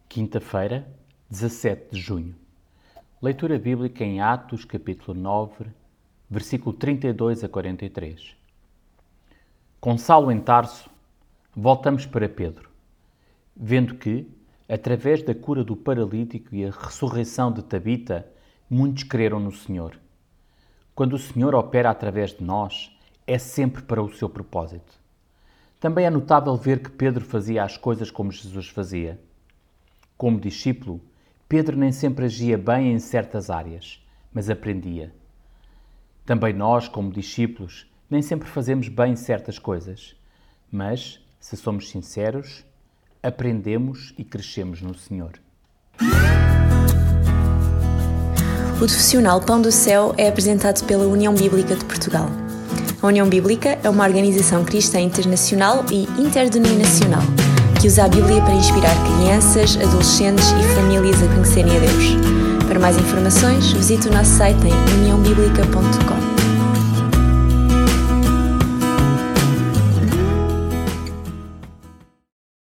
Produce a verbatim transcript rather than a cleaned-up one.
Quinta-feira, dezassete de junho. Leitura bíblica em Atos, capítulo nove, versículo trinta e dois a quarenta e três. Com Saulo em Tarso, voltamos para Pedro, vendo que, através da cura do paralítico e a ressurreição de Tabita, muitos creram no Senhor. Quando o Senhor opera através de nós, é sempre para o seu propósito. Também é notável ver que Pedro fazia as coisas como Jesus fazia. Como discípulo, Pedro nem sempre agia bem em certas áreas, mas aprendia. Também nós, como discípulos, nem sempre fazemos bem certas coisas, mas, se somos sinceros, aprendemos e crescemos no Senhor. O Devocional Pão do Céu é apresentado pela União Bíblica de Portugal. A União Bíblica é uma organização cristã internacional e interdenominacional que usa a Bíblia para inspirar crianças, adolescentes e famílias a conhecerem a Deus. Para mais informações, visite o nosso site em união biblica ponto com.